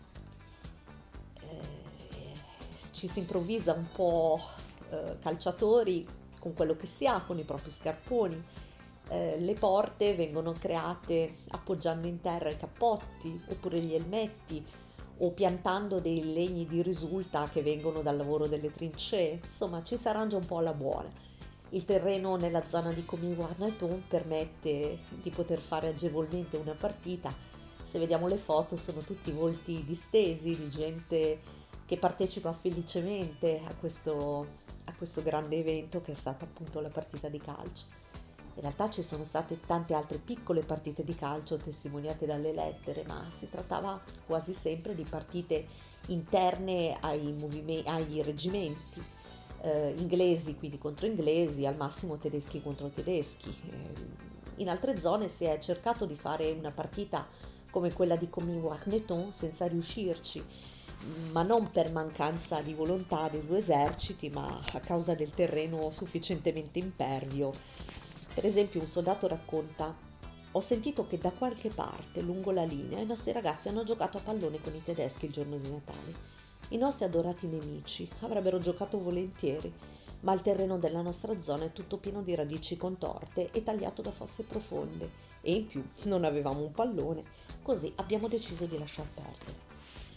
Ci si improvvisa un po' calciatori con quello che si ha, con i propri scarponi. Le porte vengono create appoggiando in terra i cappotti oppure gli elmetti o piantando dei legni di risulta che vengono dal lavoro delle trincee. Insomma, ci si arrangia un po' alla buona. Il terreno nella zona di Comines-Warneton permette di poter fare agevolmente una partita. Se vediamo le foto sono tutti volti distesi di gente che partecipa felicemente a questo grande evento che è stata appunto la partita di calcio. In realtà ci sono state tante altre piccole partite di calcio testimoniate dalle lettere, ma si trattava quasi sempre di partite interne ai reggimenti, inglesi quindi contro inglesi, al massimo tedeschi contro tedeschi. In altre zone si è cercato di fare una partita come quella di Comines-Warneton senza riuscirci, ma non per mancanza di volontà dei due eserciti, ma a causa del terreno sufficientemente impervio. Per esempio un soldato racconta: ho sentito che da qualche parte lungo la linea i nostri ragazzi hanno giocato a pallone con i tedeschi il giorno di Natale. I nostri adorati nemici avrebbero giocato volentieri, ma il terreno della nostra zona è tutto pieno di radici contorte e tagliato da fosse profonde, e in più non avevamo un pallone, così abbiamo deciso di lasciar perdere.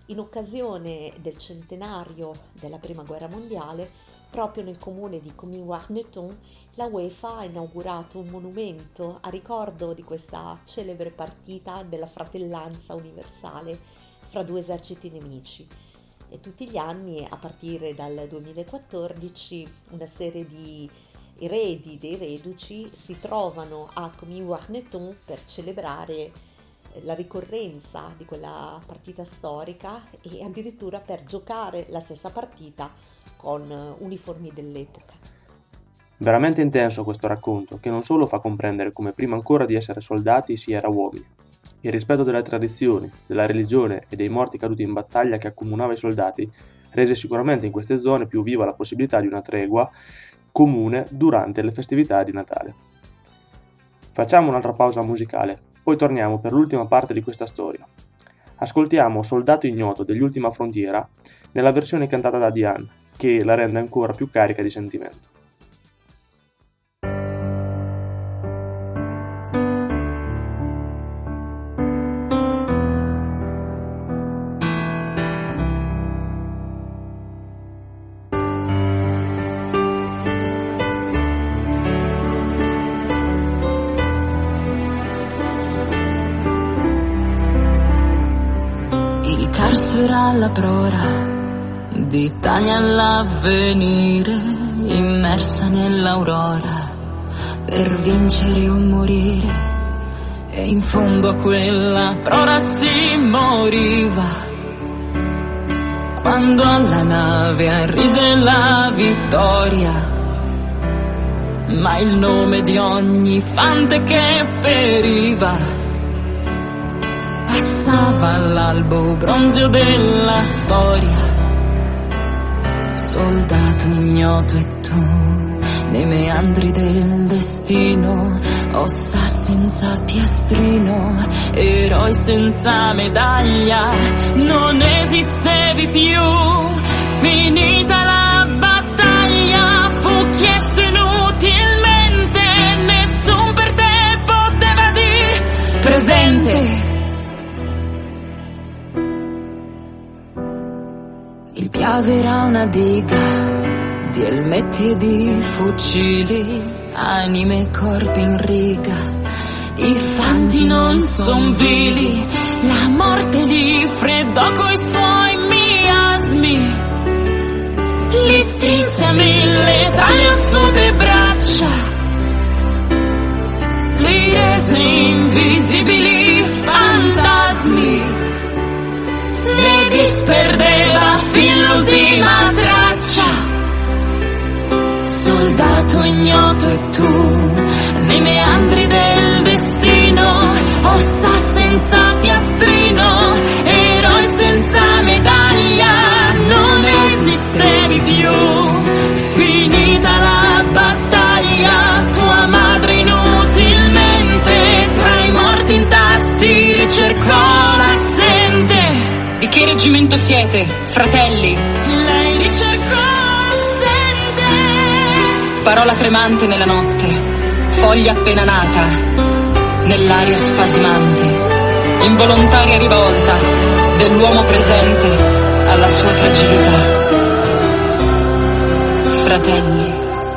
In occasione del centenario della Prima Guerra Mondiale, proprio nel comune di Comines-Warneton, la UEFA ha inaugurato un monumento a ricordo di questa celebre partita della fratellanza universale fra due eserciti nemici. E tutti gli anni, a partire dal 2014, una serie di eredi dei reduci si trovano a Comines-Warneton per celebrare la ricorrenza di quella partita storica e addirittura per giocare la stessa partita con uniformi dell'epoca. Veramente intenso questo racconto, che non solo fa comprendere come prima ancora di essere soldati si era uomini. Il rispetto delle tradizioni, della religione e dei morti caduti in battaglia che accomunava i soldati rese sicuramente in queste zone più viva la possibilità di una tregua comune durante le festività di Natale. Facciamo un'altra pausa musicale, poi torniamo per l'ultima parte di questa storia. Ascoltiamo Soldato ignoto degli Ultima Frontiera nella versione cantata da Diane, che la rende ancora più carica di sentimento. Il Carso era la prora d'Italia all'avvenire, immersa nell'aurora per vincere o morire, e in fondo a quella prora si moriva quando alla nave arrise la vittoria. Ma il nome di ogni fante che periva passava all'albo bronzeo della storia. Soldato ignoto e tu, nei meandri del destino, ossa senza piastrino, eroi senza medaglia, non esistevi più. Finita la battaglia, fu chiesto inutilmente, nessun per te poteva dir presente. Il Piave era una diga di elmetti e di fucili, anime e corpi in riga. I fanti non son vili, la morte li freddò coi suoi miasmi, li strinse a 1000 tra le ossute braccia, li rese invisibili fantasmi, ne disperdeva fin l'ultima traccia. Soldato ignoto e tu, nei meandri del destino, ossa senza piastrino, eroi senza medaglia, non esistevi più. Finita la battaglia, tua madre inutilmente tra i morti intatti ricercò l'assente. Di che reggimento siete, fratelli? Lei ricercò l'assente. Parola tremante nella notte, foglia appena nata, nell'aria spasimante, involontaria rivolta dell'uomo presente alla sua fragilità. Fratelli.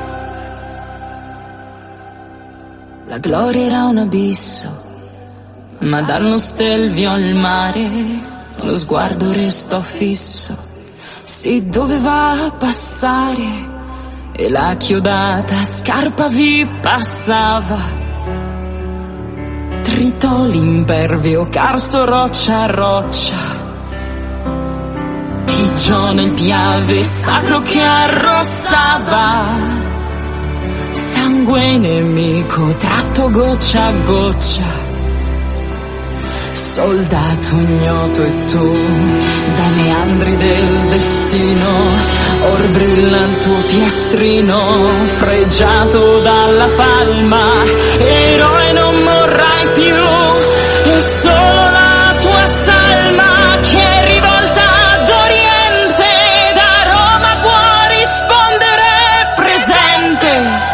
La gloria era un abisso, ma dallo stelvio al mare lo sguardo restò fisso, si doveva passare e la chiodata scarpa vi passava. Tritò l'impervio Carso roccia a roccia, pigiò nel Piave sacro che arrossava, sangue nemico tratto goccia a goccia. Soldato ignoto e tu, dai meandri del destino, or brilla il tuo piastrino, fregiato dalla palma, eroe non morrai più, e solo la tua salma che è rivolta d'Oriente, da Roma può rispondere presente.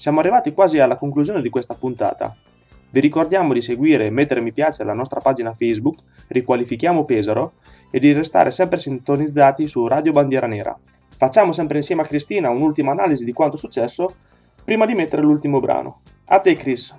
Siamo arrivati quasi alla conclusione di questa puntata. Vi ricordiamo di seguire e mettere mi piace alla nostra pagina Facebook, Riqualifichiamo Pesaro, e di restare sempre sintonizzati su Radio Bandiera Nera. Facciamo sempre insieme a Cristina un'ultima analisi di quanto successo prima di mettere l'ultimo brano. A te, Chris.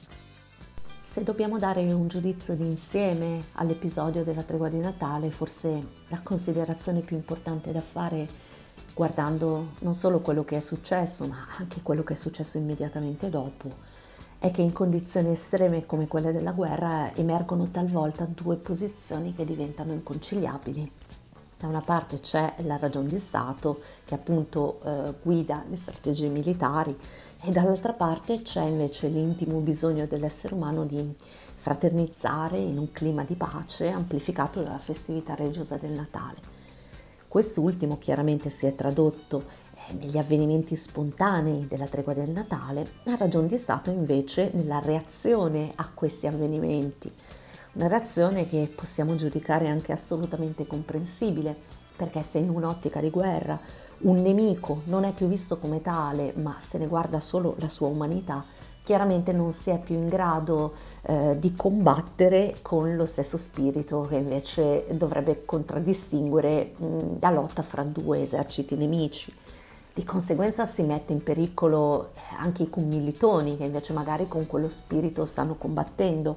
Se dobbiamo dare un giudizio di insieme all'episodio della tregua di Natale, forse la considerazione più importante da fare, guardando non solo quello che è successo, ma anche quello che è successo immediatamente dopo, è che in condizioni estreme come quelle della guerra emergono talvolta due posizioni che diventano inconciliabili. Da una parte c'è la ragion di Stato che appunto guida le strategie militari e dall'altra parte c'è invece l'intimo bisogno dell'essere umano di fraternizzare in un clima di pace amplificato dalla festività religiosa del Natale. Quest'ultimo chiaramente si è tradotto negli avvenimenti spontanei della tregua del Natale, la ragion di Stato invece nella reazione a questi avvenimenti. Una reazione che possiamo giudicare anche assolutamente comprensibile, perché se in un'ottica di guerra un nemico non è più visto come tale, ma se ne guarda solo la sua umanità, chiaramente non si è più in grado di combattere con lo stesso spirito che invece dovrebbe contraddistinguere la lotta fra due eserciti nemici. Di conseguenza si mette in pericolo anche i commilitoni che invece magari con quello spirito stanno combattendo.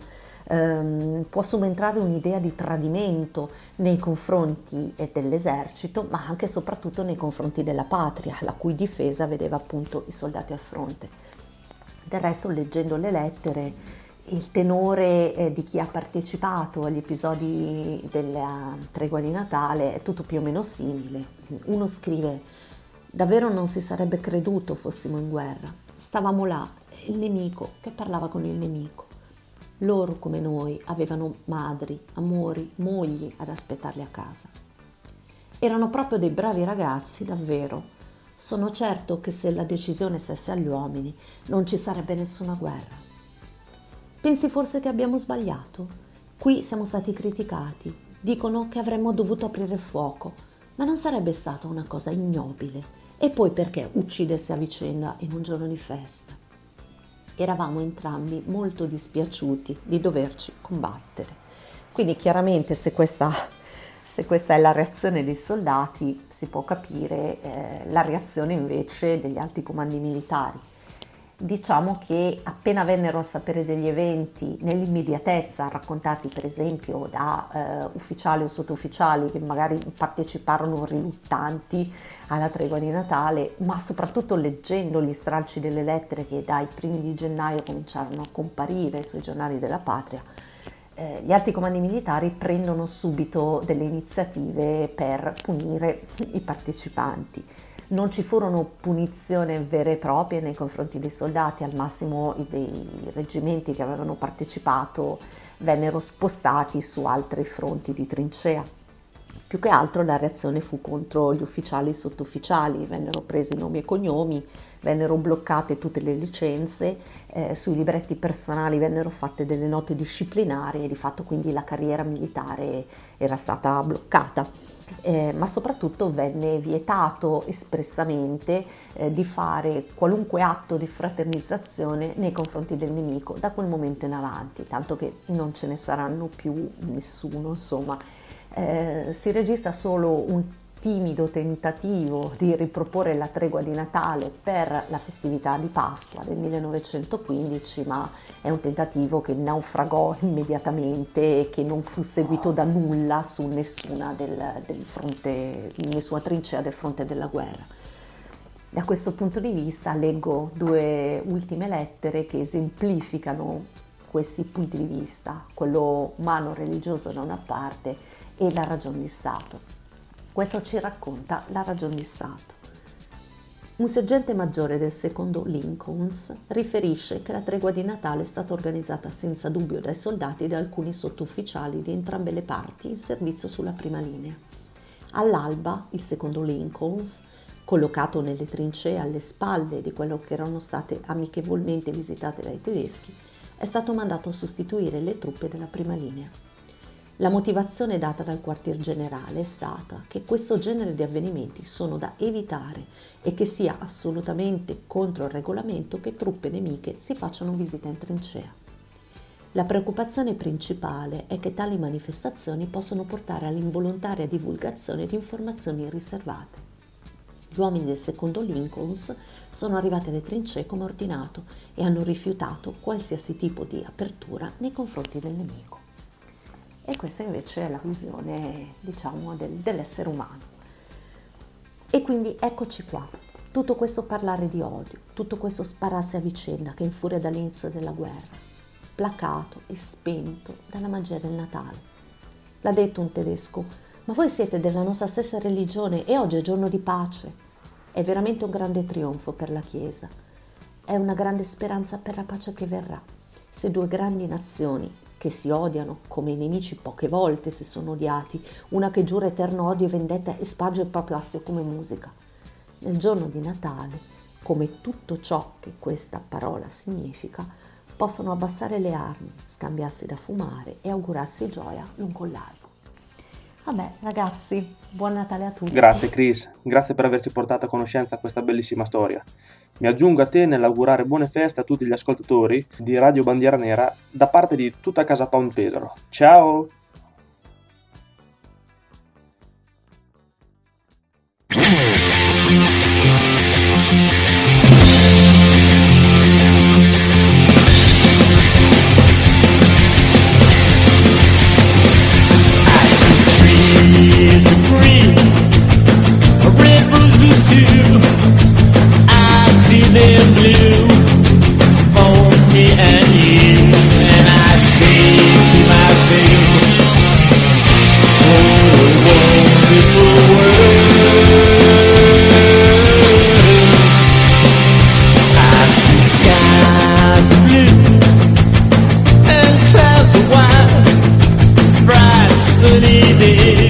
Può subentrare un'idea di tradimento nei confronti dell'esercito, ma anche e soprattutto nei confronti della patria, la cui difesa vedeva appunto i soldati al fronte. Del resto, leggendo le lettere, il tenore di chi ha partecipato agli episodi della tregua di Natale è tutto più o meno simile. Uno scrive: davvero non si sarebbe creduto fossimo in guerra. Stavamo là, il nemico che parlava con il nemico. Loro, come noi, avevano madri, amori, mogli ad aspettarli a casa. Erano proprio dei bravi ragazzi, davvero. Sono certo che se la decisione stesse agli uomini non ci sarebbe nessuna guerra. Pensi forse che abbiamo sbagliato? Qui siamo stati criticati. Dicono che avremmo dovuto aprire il fuoco, ma non sarebbe stata una cosa ignobile. E poi perché uccidersi a vicenda in un giorno di festa? Eravamo entrambi molto dispiaciuti di doverci combattere. Quindi chiaramente se questa è la reazione dei soldati, si può capire la reazione invece degli alti comandi militari. Diciamo che appena vennero a sapere degli eventi nell'immediatezza, raccontati per esempio da ufficiali o sottufficiali che magari parteciparono riluttanti alla tregua di Natale, ma soprattutto leggendo gli stralci delle lettere che dai primi di gennaio cominciarono a comparire sui giornali della patria, gli alti comandi militari prendono subito delle iniziative per punire i partecipanti. Non ci furono punizioni vere e proprie nei confronti dei soldati, al massimo dei reggimenti che avevano partecipato vennero spostati su altri fronti di trincea. Più che altro la reazione fu contro gli ufficiali e sottufficiali, vennero presi nomi e cognomi, vennero bloccate tutte le licenze, sui libretti personali vennero fatte delle note disciplinari e di fatto quindi la carriera militare era stata bloccata. Ma soprattutto venne vietato espressamente di fare qualunque atto di fraternizzazione nei confronti del nemico da quel momento in avanti, tanto che non ce ne saranno più nessuno, insomma. Si registra solo un timido tentativo di riproporre la tregua di Natale per la festività di Pasqua del 1915, ma è un tentativo che naufragò immediatamente e che non fu seguito da nulla su nessuna trincea del fronte della guerra. Da questo punto di vista leggo due ultime lettere che esemplificano questi punti di vista, quello umano-religioso da una parte e la ragion di Stato. Questo ci racconta la ragion di Stato. Un sergente maggiore del secondo Lincolns riferisce che la tregua di Natale è stata organizzata senza dubbio dai soldati e da alcuni sottufficiali di entrambe le parti in servizio sulla prima linea. All'alba, il secondo Lincolns, collocato nelle trincee alle spalle di quello che erano state amichevolmente visitate dai tedeschi, è stato mandato a sostituire le truppe della prima linea. La motivazione data dal quartier generale è stata che questo genere di avvenimenti sono da evitare e che sia assolutamente contro il regolamento che truppe nemiche si facciano visita in trincea. La preoccupazione principale è che tali manifestazioni possono portare all'involontaria divulgazione di informazioni riservate. Gli uomini del secondo Lincolns sono arrivati alle trincee come ordinato e hanno rifiutato qualsiasi tipo di apertura nei confronti del nemico. E questa invece è la visione, diciamo, dell'essere umano. E quindi eccoci qua, tutto questo parlare di odio, tutto questo spararsi a vicenda che infuria dall'inizio della guerra, placato e spento dalla magia del Natale. L'ha detto un tedesco: ma voi siete della nostra stessa religione e oggi è giorno di pace. È veramente un grande trionfo per la Chiesa. È una grande speranza per la pace che verrà. Se due grandi nazioni che si odiano come i nemici poche volte si sono odiati, una che giura eterno odio e vendetta e sparge il proprio astio come musica. Nel giorno di Natale, come tutto ciò che questa parola significa, possono abbassare le armi, scambiarsi da fumare e augurarsi gioia l'un con l'altro. Vabbè ragazzi, buon Natale a tutti. Grazie Chris, grazie per averci portato a conoscenza questa bellissima storia. Mi aggiungo a te nell'augurare buone feste a tutti gli ascoltatori di Radio Bandiera Nera da parte di tutta Casa Pound Pedro. Ciao! Them blue for me and you, and I say to myself, what a wonderful world. I see skies of blue and clouds of white, bright sunny days.